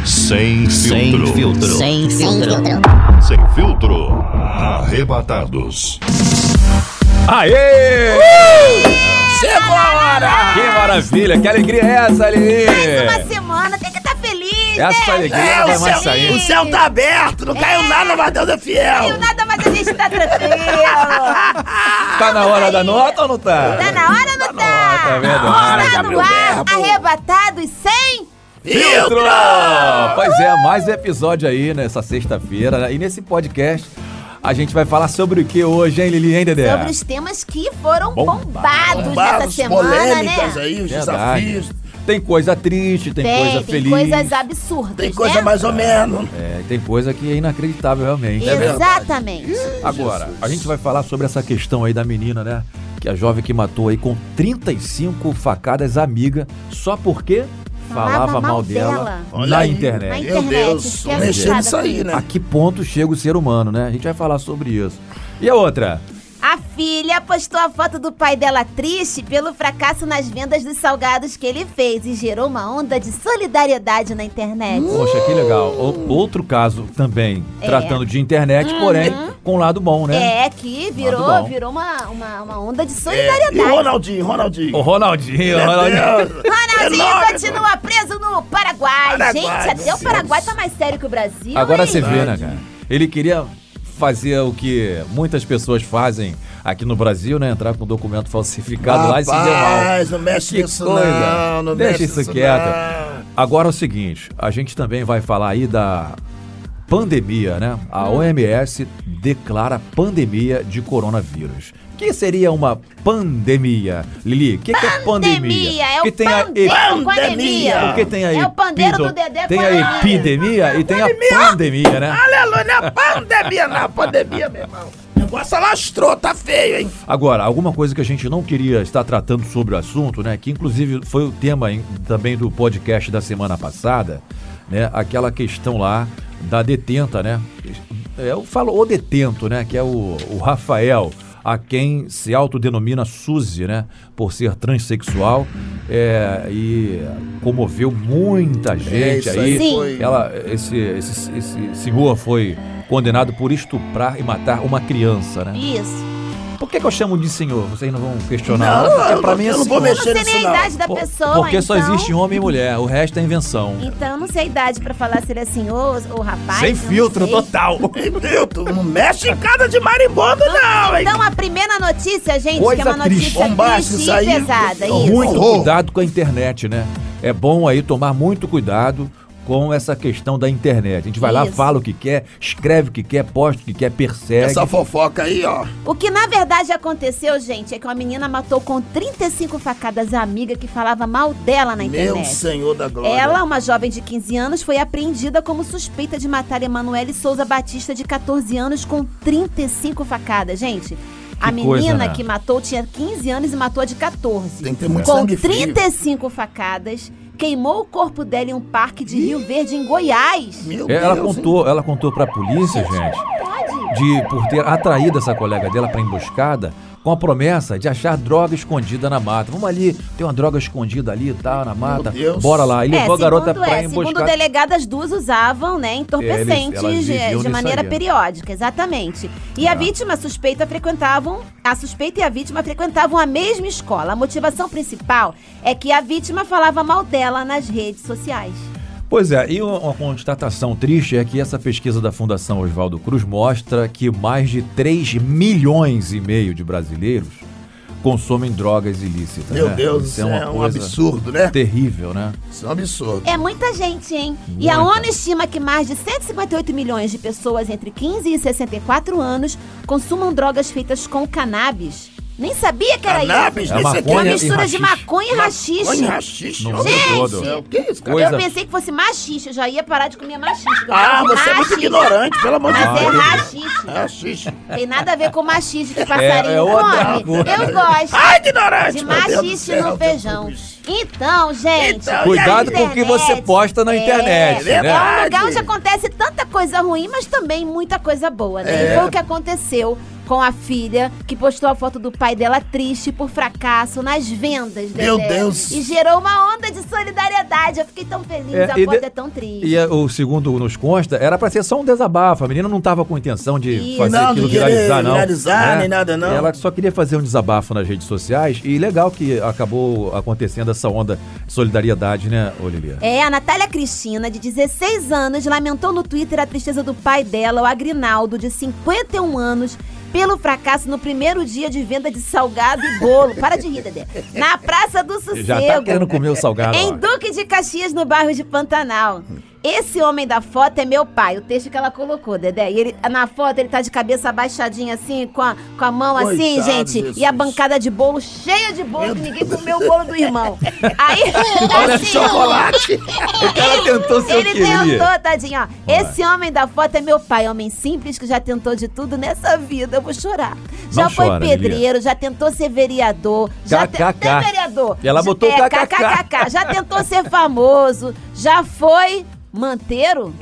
Sem filtro. Sem filtro. Sem filtro. Arrebatados. Aê! Chegou a hora! Que maravilha, que alegria é essa, Lili? Mais uma semana, tem que estar feliz, Essa né? alegria não vai mais sair. O céu tá aberto, não caiu nada, mas Deus é fiel. Não caiu nada, mas a gente tá tranquilo. Tá na hora da nota ou não tá? Tá na hora ou não tá? Tá vendo? hora de Está abrir no o ar, verbo. arrebatados sem... Filtro! Pois é, mais um episódio aí nessa sexta-feira, né? E nesse podcast a gente vai falar sobre o que hoje, hein, Lili, hein, Dedé? Sobre os temas que foram bombados nessa Bombados, semana, polêmicas né? aí, os Verdade. desafios. Tem coisa triste, tem coisa Tem feliz. coisas absurdas, Tem coisa né? mais ou menos. É, tem coisa que é inacreditável realmente. Exatamente. Agora, a gente vai falar sobre essa questão aí da menina, né? Que a jovem que matou aí com 35 facadas amiga só porque falava mal dela Olha na aí. internet. Meu Deus, fiquei mexendo assustada nisso aí, né? A que ponto chega o ser humano, né? A gente vai falar sobre isso. E a outra? A filha postou a foto do pai dela triste pelo fracasso nas vendas dos salgados que ele fez e gerou uma onda de solidariedade na internet. Poxa, que legal. Outro caso também, tratando de internet, porém com um lado bom, né? É, que virou uma onda de E solidariedade. o Ronaldinho? O Ronaldinho. Ronaldinho Enorme. continua preso no Paraguai. Paraguai, Gente, até meu o Paraguai tá mais sério que o Brasil, Agora hein? você vê, né, cara? Ele queria fazer o que muitas pessoas fazem aqui no Brasil, né? Entrar com documento falsificado lá e se deu mal. Rapaz, não mexe Que nisso coisa. não Deixa mexe isso nisso quieto. não. Agora é o seguinte, a gente também vai falar aí da pandemia, né? A OMS declara pandemia de coronavírus. O que seria uma pandemia? Lili, o que é pandemia? É o Porque tem pandeiro com pandemia. anemia. Porque tem aí É o pandeiro do Dedé tem com a anemia. epidemia e tem a pandemia, né? Aleluia, não é pandemia, não. Pandemia, meu irmão. O negócio alastrou, tá feio, hein? Agora, alguma coisa que a gente não queria estar tratando sobre o assunto, né? Que inclusive foi o tema também do podcast da semana passada, né? Aquela questão lá da detenta, né? Eu falo o detento, né? Que é o Rafael, a quem se autodenomina Suzy, né? Por ser transexual, e comoveu muita gente isso aí. Sim. foi. Esse senhor foi condenado por estuprar e matar uma criança, né? Isso. Por que eu chamo de senhor? Vocês não vão questionar? Não, Porque pra mim é eu não vou senhor. Eu não sei mexer nem nisso, a não. idade da pessoa, Porque só então... existe homem e mulher, o resto é invenção. Então eu não sei a idade pra falar se ele é senhor ou rapaz. Sem eu não filtro sei. total. Meu, tu não mexe em casa de marimbondo, não, hein? Então a primeira notícia, gente, Coisa que é uma triste. notícia Bombástica, triste isso aí. e pesada. Isso. Muito Horror. cuidado com a internet, né? É bom aí tomar muito cuidado com essa questão da internet. A gente vai lá, Isso. fala o que quer, escreve o que quer, posta o que quer, persegue. Essa fofoca aí, ó. O que na verdade aconteceu, gente, é que uma menina matou com 35 facadas a amiga que falava mal dela na internet. Meu Senhor da Glória. Ela, uma jovem de 15 anos, foi apreendida como suspeita de matar Emanuele Souza Batista, de 14 anos, com 35 facadas. Gente, a Que menina coisa, né? que matou tinha 15 anos e matou a de 14. Tem que ter muito Com sangue frio. 35 facadas, queimou o corpo dela em um parque de Rio Verde, em Goiás. Meu Ela Deus, contou pra polícia, gente, Pode. por ter atraído essa colega dela pra emboscada com a promessa de achar droga escondida na mata. Vamos ali, tem uma droga escondida ali e tal, na mata. Deus. Bora lá. E levou a garota pra segundo o emboscada. delegado, as duas usavam, né, entorpecentes elas viviam de nisso maneira aí. periódica, exatamente. E a vítima, a suspeita e a vítima frequentavam a mesma escola. A motivação principal é que a vítima falava mal dela nas redes sociais. Pois é, e uma constatação triste é que essa pesquisa da Fundação Oswaldo Cruz mostra que mais de 3,5 milhões de brasileiros consomem drogas ilícitas. Meu né? Deus, Isso é uma um coisa absurdo, né? terrível, né? Isso é um absurdo. É muita gente, hein? E a ONU estima que mais de 158 milhões de pessoas entre 15 e 64 anos consumam drogas feitas com cannabis. Nem sabia que era Cannabis, isso. É esse aqui maconha Uma e mistura de haxixe. maconha e rachixe. Maconha e rachixe. No Meu mundo Deus todo. do céu, o que é isso, cara? Coisa- Eu pensei que fosse machixe, eu já ia parar de comer machixe. Ah, você é muito ignorante, pelo amor de Mas é Deus. rachixe. Rachixe. Tem nada a ver com machixe que passarinho é outra come. coisa. Eu gosto Ai, ignorante. de meu Deus do machixe céu, no feijão. Então, gente... Então, Cuidado e com o que você posta na internet, É né? um lugar onde acontece tanta coisa ruim, mas também muita coisa boa, né? E foi o que aconteceu com a filha, que postou a foto do pai dela triste por fracasso nas vendas, Dedé. Meu Deus. E gerou uma onda de solidariedade. Eu fiquei tão feliz, a foto é tão triste. E o segundo nos consta, era pra ser só um desabafo. A menina não tava com intenção de fazer Não, aquilo não querer viralizar, não. viralizar, nem nada, não. Ela só queria fazer um desabafo nas redes sociais. E legal que acabou acontecendo essa onda de solidariedade, né, Lilia? A Natália Cristina, de 16 anos, lamentou no Twitter a tristeza do pai dela, o Agrinaldo, de 51 anos, pelo fracasso no primeiro dia de venda de salgado e bolo. Para de rir, Dedé. Na Praça do Sossego. Já tá querendo comer o salgado. Em Duque de Caxias, no bairro de Pantanal. Esse homem da foto é meu pai, o texto que ela colocou, Dedé. E ele, na foto ele tá de cabeça abaixadinha assim, com a mão assim, Coitado, gente. Jesus. E a bancada de bolo cheia de bolo, que ninguém comeu o bolo do irmão. Aí, Olha, assim, chocolate. O cara tentou ser o ele quê, Lilia? tentou, tadinho, ó. Esse homem da foto é meu pai, homem simples que já tentou de tudo nessa vida. Eu vou chorar. Já Não foi chora, pedreiro, já tentou ser vereador. Já KKK. até vereador. E ela botou KKK. Já tentou ser famoso. Já foi manteiro?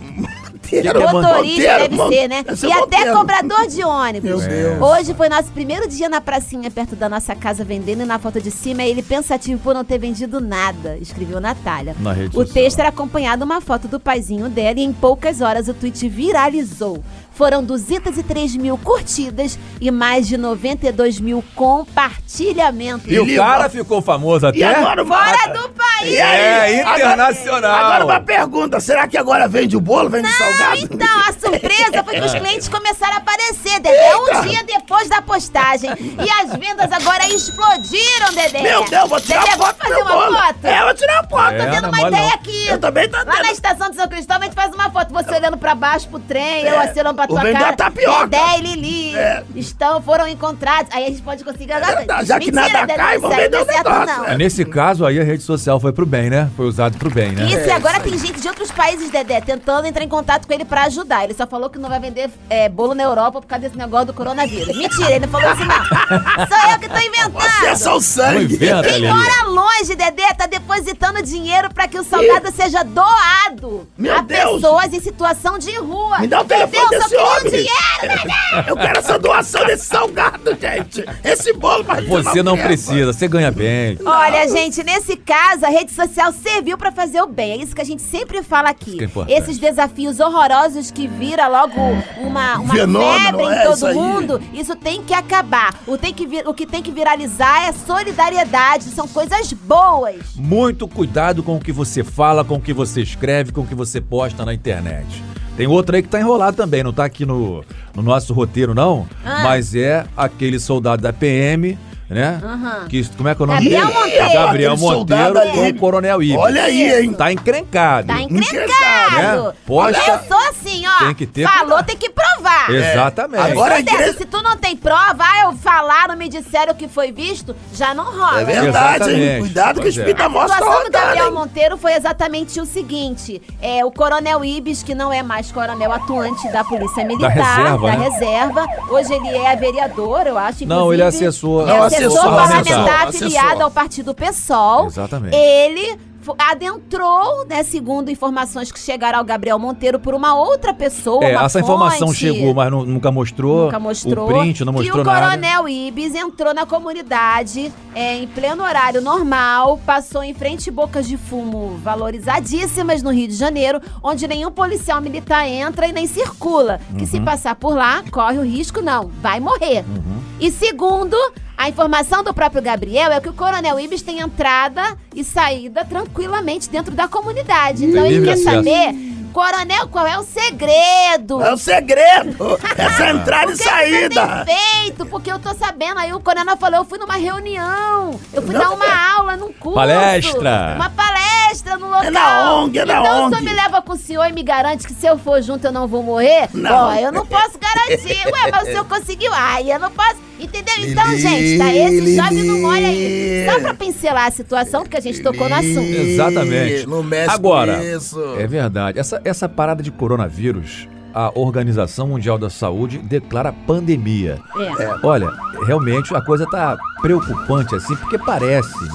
Motorista deve ser, né? E até cobrador de ônibus. Meu Deus. Hoje foi nosso primeiro dia na pracinha perto da nossa casa vendendo, e na foto de cima é ele pensativo por não ter vendido nada, escreveu Natália. Na rede O social. texto era acompanhado uma foto do paizinho dela e em poucas horas o tweet viralizou. Foram 203 mil curtidas e mais de 92 mil compartilhamentos. E o cara ficou famoso até? E agora Fora do país! Internacional. Agora uma pergunta, será que agora vende o bolo, vende salgado? Então, a surpresa foi que os clientes começaram a aparecer, Dedé, um dia depois da postagem. E as vendas agora explodiram, Dedé. Meu Deus, vou tirar Dedé, a foto vamos do fazer uma bolo. foto? Vou tirar a foto. Tô tendo não uma mole ideia não. aqui. Eu também tô Lá na tendo. estação de São Cristóvão, a gente faz uma foto. Você olhando pra baixo pro trem, eu assim olhando pra tua vender cara. a tapioca. Dedé e Lili foram encontrados. Aí a gente pode conseguir agora. Já que nada Dedé, cai, isso vamos aí vender não o é certo, negócio. não. Nesse caso aí, a rede social foi pro bem, né? Foi usado pro bem, né? Isso, e agora tem gente de outros países, Dedé, tentando entrar em contato com ele pra ajudar. Ele só falou que não vai vender bolo na Europa por causa desse negócio do coronavírus. Mentira, ele não falou isso não. Sou eu que tô inventando. Você é só o Não sangue. inventa, Quem Lilia. mora longe, Dedé, tá depositando dinheiro pra que o salgado seja doado Meu a Deus. pessoas em situação de rua. Me dá o telefone Dedé, eu só desse queria homem. dinheiro, Dedé. Eu quero essa doação desse salgado, gente. Esse bolo vai Você não precisa, você ganha bem. Olha, gente, nesse caso, a rede social serviu pra fazer o bem. É isso que a gente sempre fala aqui. Isso que é importante. Esses desafios horrorosos que vira logo uma Fenômeno, febre em isso todo aí. mundo, isso tem que acabar. O que tem que viralizar é solidariedade, são coisas boas. Muito cuidado com o que você fala, com o que você escreve, com o que você posta na internet. Tem outro aí que tá enrolado também, não tá aqui no nosso roteiro não, mas é aquele soldado da PM, né? Que, como é que é o nome Gabriel dele? Monteiro. Gabriel Aquele soldado Monteiro ali. com o Coronel Ibis. Olha aí, hein? Tá encrencado. Tá Encrencado, encrencado. né? Posta- Pensou assim, ó. Tem que ter falou, cuidado. tem que provar. Exatamente. Agora a Dessa, igreja... se tu não tem prova, eu falaram, me disseram que foi visto, já não rola. É verdade, hein? Exatamente. Cuidado que o Pois é. espírito da A morte tá situação do Gabriel rodando, hein? Monteiro foi exatamente o seguinte: o Coronel Ibis, que não é mais coronel atuante da Polícia Militar, reserva, da né? reserva, hoje ele é vereador, eu acho. Não, ele é inclusive, assessor. É Não, assessor assessor parlamentar parlamentar. afiliado Assessor. ao Partido PSOL. Exatamente. Ele adentrou, né, segundo informações que chegaram ao Gabriel Monteiro por uma outra pessoa, uma Essa informação fonte. chegou, mas nunca mostrou. Nunca mostrou. O print, não mostrou que o nada. Coronel Ibis entrou na comunidade em pleno horário normal, passou em frente a bocas de fumo valorizadíssimas no Rio de Janeiro, onde nenhum policial militar entra e nem circula. Que se passar por lá, corre o risco, não, vai morrer. E segundo, a informação do próprio Gabriel é que o Coronel Ibis tem entrada e saída tranquilamente dentro da comunidade. Então ele livre quer acesso. saber, Coronel, qual é o segredo? É o segredo. Essa entrada e O que saída. você tem feito? Porque eu tô sabendo, aí o coronel falou, eu fui numa reunião, eu fui dar uma aula num curso. Palestra. Uma palestra no local. É na ONG, é na então, ONG. o senhor me leva com o senhor e me garante que se eu for junto eu não vou morrer? Não. Bom, eu não posso garantir. Ué, mas o senhor conseguiu? Ai, eu não posso. Entendeu? Então, Lili, gente, tá esse chove Lili. não molha aí. Só pra pincelar a situação, porque a gente tocou no assunto. Exatamente. Não mexe Agora, com isso. é verdade. Essa parada de coronavírus, a Organização Mundial da Saúde declara pandemia. É. Olha, realmente a coisa tá preocupante assim, porque parece que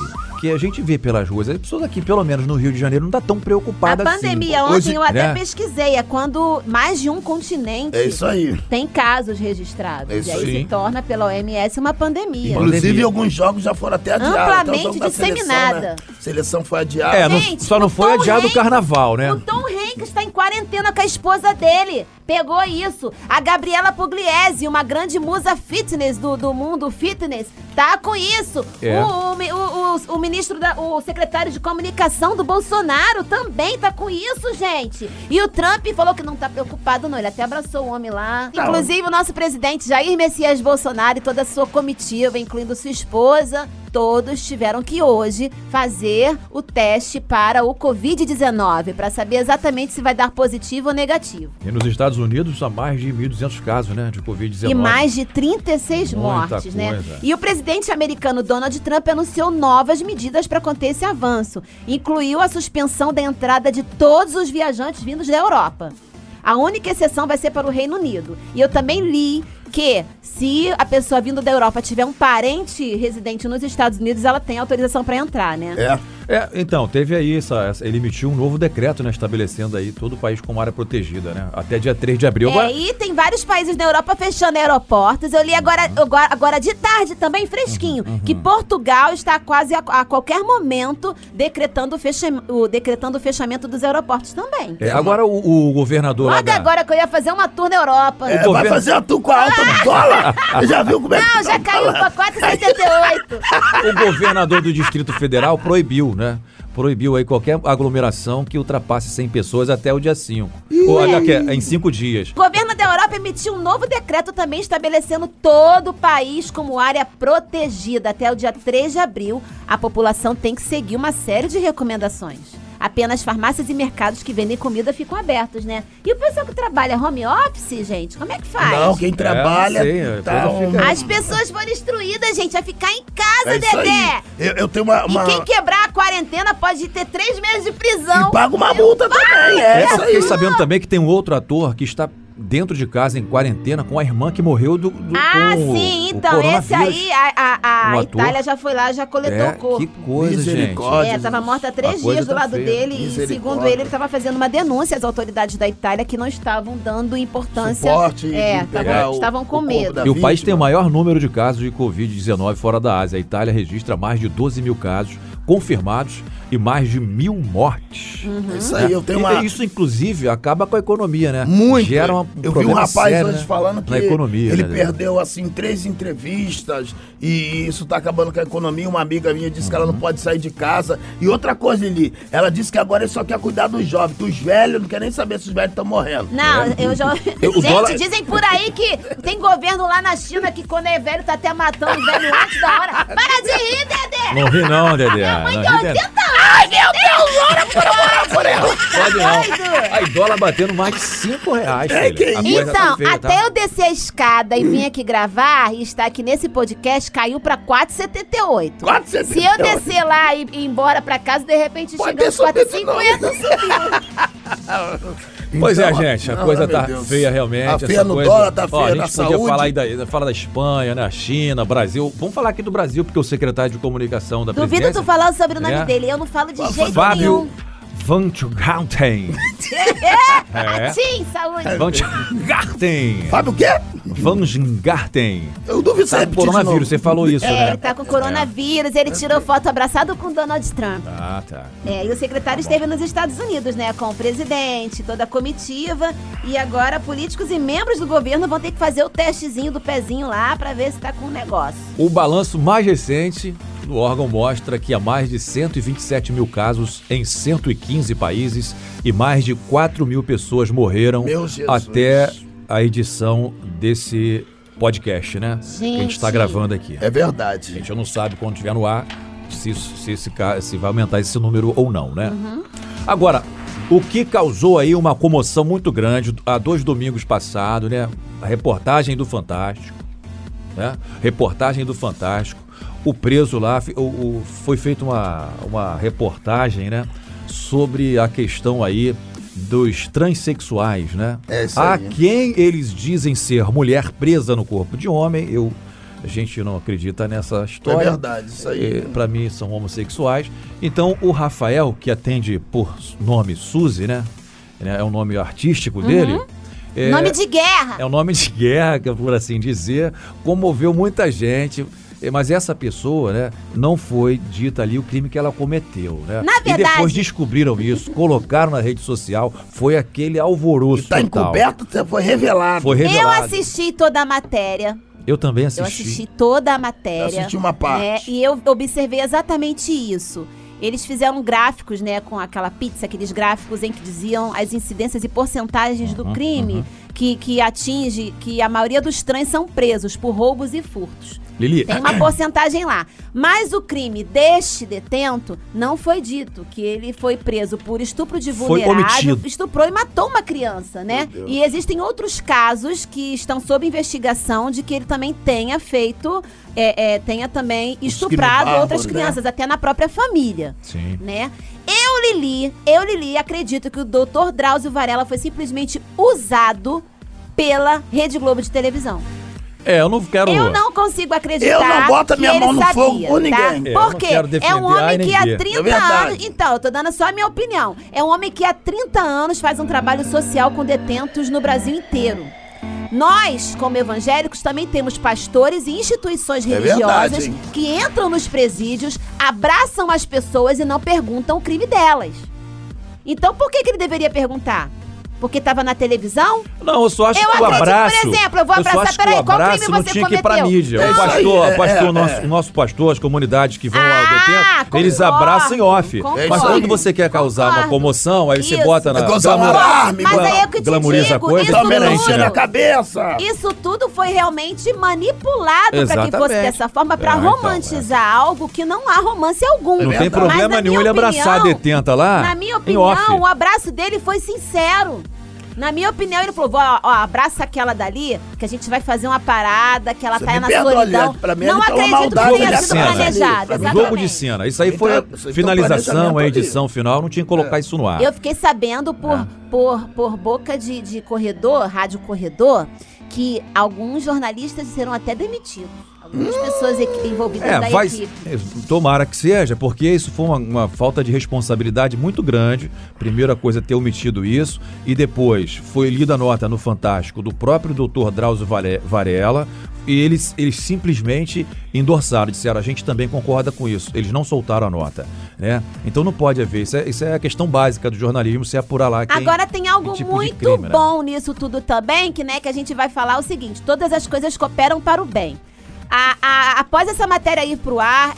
porque a gente vê pelas ruas, as pessoas aqui, pelo menos no Rio de Janeiro, não tá tão preocupadas assim. A pandemia, ontem Hoje, eu até né? pesquisei, é quando mais de um continente É isso aí. tem casos registrados. É isso e aí aí. se torna pela OMS uma pandemia. Inclusive, alguns jogos já foram até adiados. Amplamente até o jogo da disseminada. Seleção, né? Seleção foi adiada. Gente, só não o foi Tom adiado o Hanks- carnaval, né? O Tom Hanks está em quarentena com a esposa dele. Pegou isso. A Gabriela Pugliese, uma grande musa fitness do mundo fitness, tá com isso. É. O ministro, o secretário de comunicação do Bolsonaro também tá com isso, gente. E o Trump falou que não tá preocupado, não. Ele até abraçou o homem lá. Não. Inclusive, o nosso presidente Jair Messias Bolsonaro e toda a sua comitiva, incluindo sua esposa, todos tiveram que hoje fazer o teste para o Covid-19, para saber exatamente se vai dar positivo ou negativo. E nos Estados Unidos, há mais de 1.200 casos, né, de Covid-19. E mais de 36 Muita mortes, né? coisa. E o presidente americano Donald Trump anunciou novas medidas para conter esse avanço. Incluiu a suspensão da entrada de todos os viajantes vindos da Europa. A única exceção vai ser para o Reino Unido. E eu também li que se a pessoa vindo da Europa tiver um parente residente nos Estados Unidos, ela tem autorização para entrar, né? Então, teve aí ele emitiu um novo decreto, né, estabelecendo aí todo o país como área protegida, né, até dia 3 de abril. E tem vários países na Europa fechando aeroportos. Eu li agora de tarde também, fresquinho, que Portugal está quase a qualquer momento decretando o fechamento dos aeroportos também. Agora o governador lá Logo agora que eu ia fazer uma tour na Europa. Vai fazer a tour com a alta do dólar? Já viu como é que Não, já caiu pra 4,78. O governador do Distrito Federal proibiu aí qualquer aglomeração que ultrapasse 100 pessoas até o dia 5. Em 5 dias. O governo da Europa emitiu um novo decreto também estabelecendo todo o país como área protegida. Até o dia 3 de abril, a população tem que seguir uma série de recomendações. Apenas farmácias e mercados que vendem comida ficam abertos, né? E o pessoal que trabalha home office, gente, como é que faz? Não, quem trabalha... As pessoas foram instruídas, gente, a ficar em casa, isso Dedé. aí. Eu tenho uma... E quem quebrar a quarentena pode ter 3 meses de prisão. E paga uma multa também, Eu isso fiquei aí. sabendo também que tem um outro ator que está dentro de casa em quarentena com a irmã que morreu do Sim, então esse aí, a Itália já foi lá, já coletou o corpo. Que coisa, gente. Misericórdia. Tava morta há 3 coisa dias do tá lado feia. dele e, Misericórdia. segundo ele estava fazendo uma denúncia às autoridades da Itália que não estavam dando importância. Suporte de pegar estavam com o corpo medo. da E o país vítima. tem o maior número de casos de Covid-19 fora da Ásia. A Itália registra mais de 12 mil casos confirmados e mais de 1.000 mortes. É isso aí, eu tenho uma... Isso, inclusive, acaba com a economia, né? Muito. Gera Eu vi um problema rapaz sério, hoje né? falando que na economia, ele né? perdeu, assim, 3 entrevistas e isso tá acabando com a economia. Uma amiga minha disse que ela não pode sair de casa. E outra coisa, Lili, ela disse que agora ele só quer cuidar dos jovens, dos velhos, não quer nem saber se os velhos estão morrendo. Não, eu já... Gente, dólar- dizem por aí que tem governo lá na China que quando é velho tá até matando o velho antes da hora. Para de rir, Dedé! Não ri não, Dedé. Minha mãe Não tem ri, Dedé. 80 anos! Ai, meu Deus, ora por ela! Pode não. A dólar batendo mais de R$5, filha. que A coisa tá Então, feia, até tá? eu descer a escada e vim aqui gravar e estar aqui nesse podcast, caiu pra 4,78. 4,78. Se eu descer lá e ir embora pra casa, de repente Pode chega aos ter subido, 4,50, subiu. Pois é, Então, gente, a não, coisa meu tá Deus. feia realmente. Tá essa feia no coisa... dólar, tá feia a gente na podia saúde. falar aí falar da Espanha, né, China, Brasil. Vamos falar aqui do Brasil, porque o secretário de comunicação da Duvido presidência... tu falar o sobrenome É. dele, eu não falo de jeito Fábio nenhum. Van Garten. É. Sim, saúde. Van Garten. Fábio o quê? Van Garten. Eu duvido você Tá com repetir de coronavírus, novo. você falou isso, É, né? ele tá com coronavírus, ele tirou foto abraçado com Donald Trump. Ah, tá. E o secretário esteve nos Estados Unidos, né, com o presidente, toda a comitiva, e agora políticos e membros do governo vão ter que fazer o testezinho do pezinho lá pra ver se tá com o negócio. O balanço mais recente do órgão mostra que há mais de 127 mil casos em 115 países e mais de 4 mil pessoas morreram Meu Jesus. até a edição desse podcast, né? Que a gente está Gente. gravando aqui. É verdade. A gente não sabe quando estiver no ar se vai aumentar esse número ou não, né? Agora, o que causou aí uma comoção muito grande há 2 domingos passados, né? A reportagem do Fantástico, né? Reportagem do Fantástico. O preso lá, foi feita uma reportagem, né? Sobre a questão aí dos transexuais, né? É isso A aí. quem eles dizem ser mulher presa no corpo de homem, eu A gente não acredita nessa história. É verdade, isso aí. Para mim, são homossexuais. Então, o Rafael, que atende por nome Suzy, né? É o nome artístico dele. Nome de guerra. É o nome de guerra, por assim dizer. Comoveu muita gente. Mas essa pessoa, né, não foi dita ali o crime que ela cometeu, né? Na verdade... E depois descobriram isso, colocaram na rede social, foi aquele alvoroço total. Encoberto, foi revelado. Foi revelado. Eu assisti toda a matéria. Eu também assisti. Eu assisti toda a matéria. Eu assisti uma parte. Né, e eu observei exatamente isso. Eles fizeram gráficos, né, com aquela pizza, aqueles gráficos em que diziam as incidências e porcentagens do crime que atinge, que a maioria dos trans são presos por roubos e furtos. Lili, tem uma porcentagem lá. Mas o crime deste detento não foi dito, que ele foi preso por estupro de vulnerável, estuprou e matou uma criança, né? E existem outros casos que estão sob investigação de que ele também tenha feito, tenha também estuprado outras crianças, né? Até na própria família. Sim. Né? Eu, Lili, acredito que o Dr. Drauzio Varela foi simplesmente usado pela Rede Globo de televisão. Eu não quero... Eu não consigo acreditar. Eu não boto a minha mão no fogo por ninguém. Tá? Porque é um homem que há 30 anos... Então, eu tô dando só a minha opinião. É um homem que há 30 anos faz um trabalho social com detentos no Brasil inteiro. Nós, como evangélicos, também temos pastores e instituições religiosas que entram nos presídios, abraçam as pessoas e não perguntam o crime delas. Então, por que ele deveria perguntar? Porque estava na televisão? Não, eu só acho que o abraço... Por exemplo, eu vou abraçar... Peraí, qual crime você cometeu? Tinha que ir pra mídia. O nosso pastor, as comunidades que vão ao detento, eles abraçam em off. Mas quando você quer causar uma comoção, aí você bota na... Glamoriza a coisa. Na cabeça. Isso tudo foi realmente manipulado para que fosse dessa forma, para romantizar algo que não há romance algum. Não tem problema nenhum ele abraçar a detenta lá. Na minha opinião, o abraço dele foi sincero. Na minha opinião, ele falou, ó, abraça aquela dali, que a gente vai fazer uma parada, que ela tá na solidão. Não acredito que tenha sido planejado. Jogo de cena. Isso aí foi a finalização, a edição final, não tinha que colocar isso no ar. Eu fiquei sabendo por boca de corredor, rádio corredor, que alguns jornalistas serão até demitidos. Algumas pessoas envolvidas da equipe. Tomara que seja, porque isso foi uma falta de responsabilidade muito grande. Primeira coisa, ter omitido isso. E depois, foi lida a nota no Fantástico do próprio Dr. Drauzio Varela. E eles simplesmente endossaram, disseram, a gente também concorda com isso. Eles não soltaram a nota, né? Então não pode haver, isso é a questão básica do jornalismo, se apurar lá quem... Agora tem algo tipo muito crime, bom nisso tudo também, que a gente vai falar o seguinte, todas as coisas cooperam para o bem. Após essa matéria ir pro ar,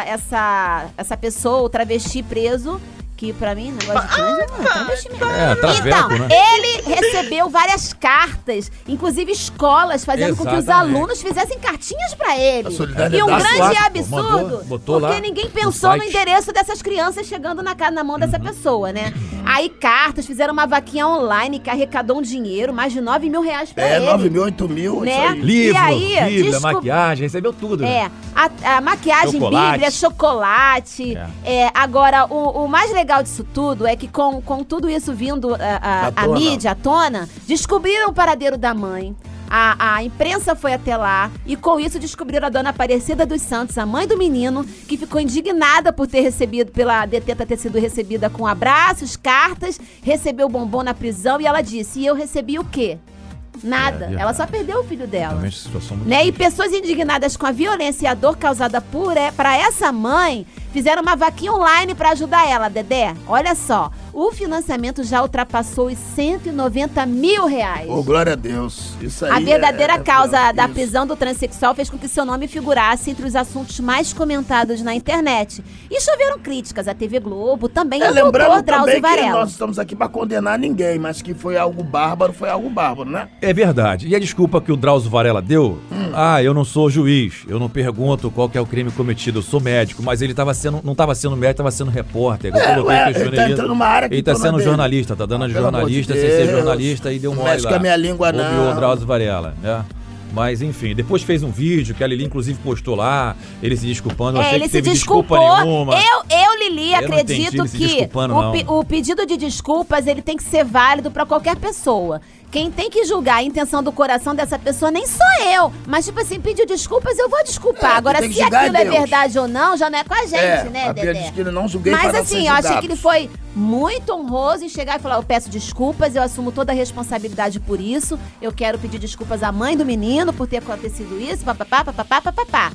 essa pessoa, o travesti preso, que pra mim, negócio de trans, é travesti mesmo. Traveco, então, né? ele recebeu várias cartas, inclusive escolas, fazendo com que os alunos fizessem cartinhas pra ele. E um grande absurdo, porque ninguém pensou no endereço dessas crianças chegando na mão dessa pessoa, né? Aí cartas, fizeram uma vaquinha online que arrecadou um dinheiro, mais de 9 mil reais pra ele. 9 mil, 8 mil, né? isso aí. Livro, maquiagem, recebeu tudo. Né? A maquiagem, Bíblia, chocolate. Agora, o mais legal disso tudo é que com tudo isso vindo a mídia à tona, descobriram o paradeiro da mãe. A imprensa foi até lá e com isso descobriram a dona Aparecida dos Santos, a mãe do menino, que ficou indignada por ter recebido, pela detenta ter sido recebida com abraços, cartas, recebeu bombom na prisão e ela disse, e eu recebi o quê? Nada. Ela só perdeu o filho dela. E pessoas indignadas com a violência e a dor causada para essa mãe fizeram uma vaquinha online para ajudar ela, Dedé. Olha só, o financiamento já ultrapassou os 190 mil reais. Glória a Deus. Isso aí a verdadeira causa da prisão do transexual fez com que seu nome figurasse entre os assuntos mais comentados na internet. E choveram críticas à TV Globo, também ao Dr. Drauzio Varela. Nós estamos aqui para condenar ninguém, mas que foi algo bárbaro, né? É verdade. E a desculpa que o Drauzio Varela deu? Eu não sou juiz, eu não pergunto qual que é o crime cometido, eu sou médico, mas ele não estava sendo médico, estava sendo repórter. Ele tá entrando numa área que ele tá sendo jornalista, tá dando de jornalista, sem ser jornalista, e deu mole lá. Mexe com a minha língua, não. Ouviu o Drauzio Varela, né? Mas, enfim, depois fez um vídeo que a Lili, inclusive, postou lá, ele se desculpando. Eu achei que teve desculpa nenhuma. Lili, acredito que o pedido de desculpas, ele tem que ser válido para qualquer pessoa. quem tem que julgar a intenção do coração dessa pessoa nem sou eu. Mas, tipo assim, pediu desculpas, eu vou desculpar. Agora, tem que se julgar aquilo é Deus. verdade ou não, já não é com a gente, né, a Bia Dedé? disse que ele não julguei Mas para não assim, ser eu achei julgado. que ele foi muito honroso em chegar e falar, eu peço desculpas, eu assumo toda a responsabilidade por isso, eu quero pedir desculpas à mãe do menino por ter acontecido isso, papapá, papapá, papapá.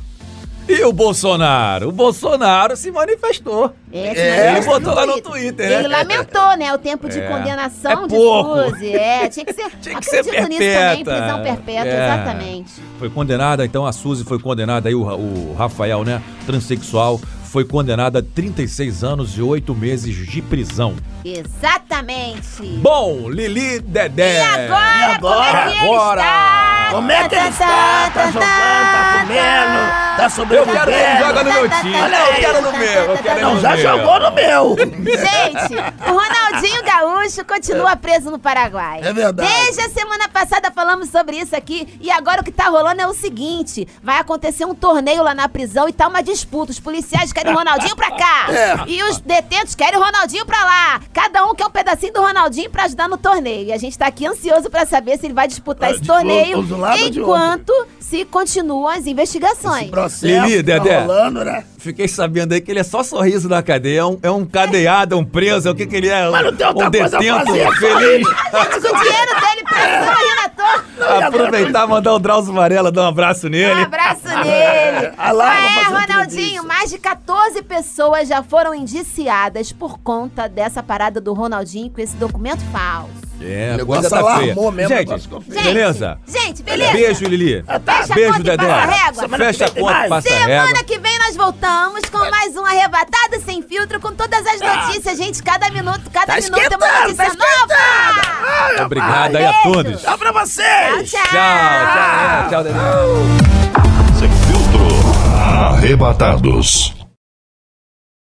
E o Bolsonaro? O Bolsonaro se manifestou. Ele botou lá no Twitter, né? Ele lamentou, né, o tempo de condenação É de pouco. Suzy. Tinha que ser, Tinha que ser acredito nisso perpétua. também, prisão perpétua, exatamente. Foi condenada, então a Suzy foi condenada, aí o Rafael, né, transexual, foi condenada a 36 anos e 8 meses de prisão. Exatamente. Bom, Lili Dedé. E agora? Como é que ele Agora? está? Como é que ele está? Tá jogando, tá comendo, tá Eu sobrevivendo. quero que ele jogue no meu time. Olha Eu aí. quero no meu. Eu quero Não, no já meu. jogou no meu. Gente, o Ronaldinho Gaúcho continua preso no Paraguai. É verdade. Desde a semana passada falamos sobre isso aqui e agora o que tá rolando é o seguinte, vai acontecer um torneio lá na prisão e tá uma disputa. Os policiais querem o Ronaldinho pra cá e os detentos querem o Ronaldinho pra lá. Cada um quer um pedacinho do Ronaldinho pra ajudar no torneio. E a gente tá aqui ansioso pra saber se ele vai disputar esse torneio ou do lado ou de enquanto se continuam as investigações. Esse processo Lili, tá Dedé. rolando, né? Fiquei sabendo aí que ele é só sorriso na cadeia. É um cadeado, um preso. É o que ele é? Mas não tem outra Um coisa a detento fazer, feliz. Gente, com o dinheiro dele pra rir na toa. Aproveitar, mandar o Drauzio Varela, dar um abraço nele. Um abraço nele. Ah lá, vou fazer Ronaldinho, entrevista. mais de 14 pessoas já foram indiciadas por conta dessa parada do Ronaldinho com esse documento falso. É, O a coisa negócio tá feia. alarmou mesmo, o Gente, negócio ficou feio. Gente, beleza? Gente, beleza? Beijo, Lili. Fecha a Beijo, conta e Dedé. passa a régua. Semana que Fecha a vem tem conta e mais. passa a Semana régua. que vem nós voltamos com mais um Arrebatado Sem Filtro, com todas as notícias, gente. Cada minuto é uma esquentando, notícia tá esquentando. nova. Ai, Obrigado Beijo. aí a todos. Tchau pra vocês. Tchau, Tchau, Dedé. Sem filtro. Arrebatados.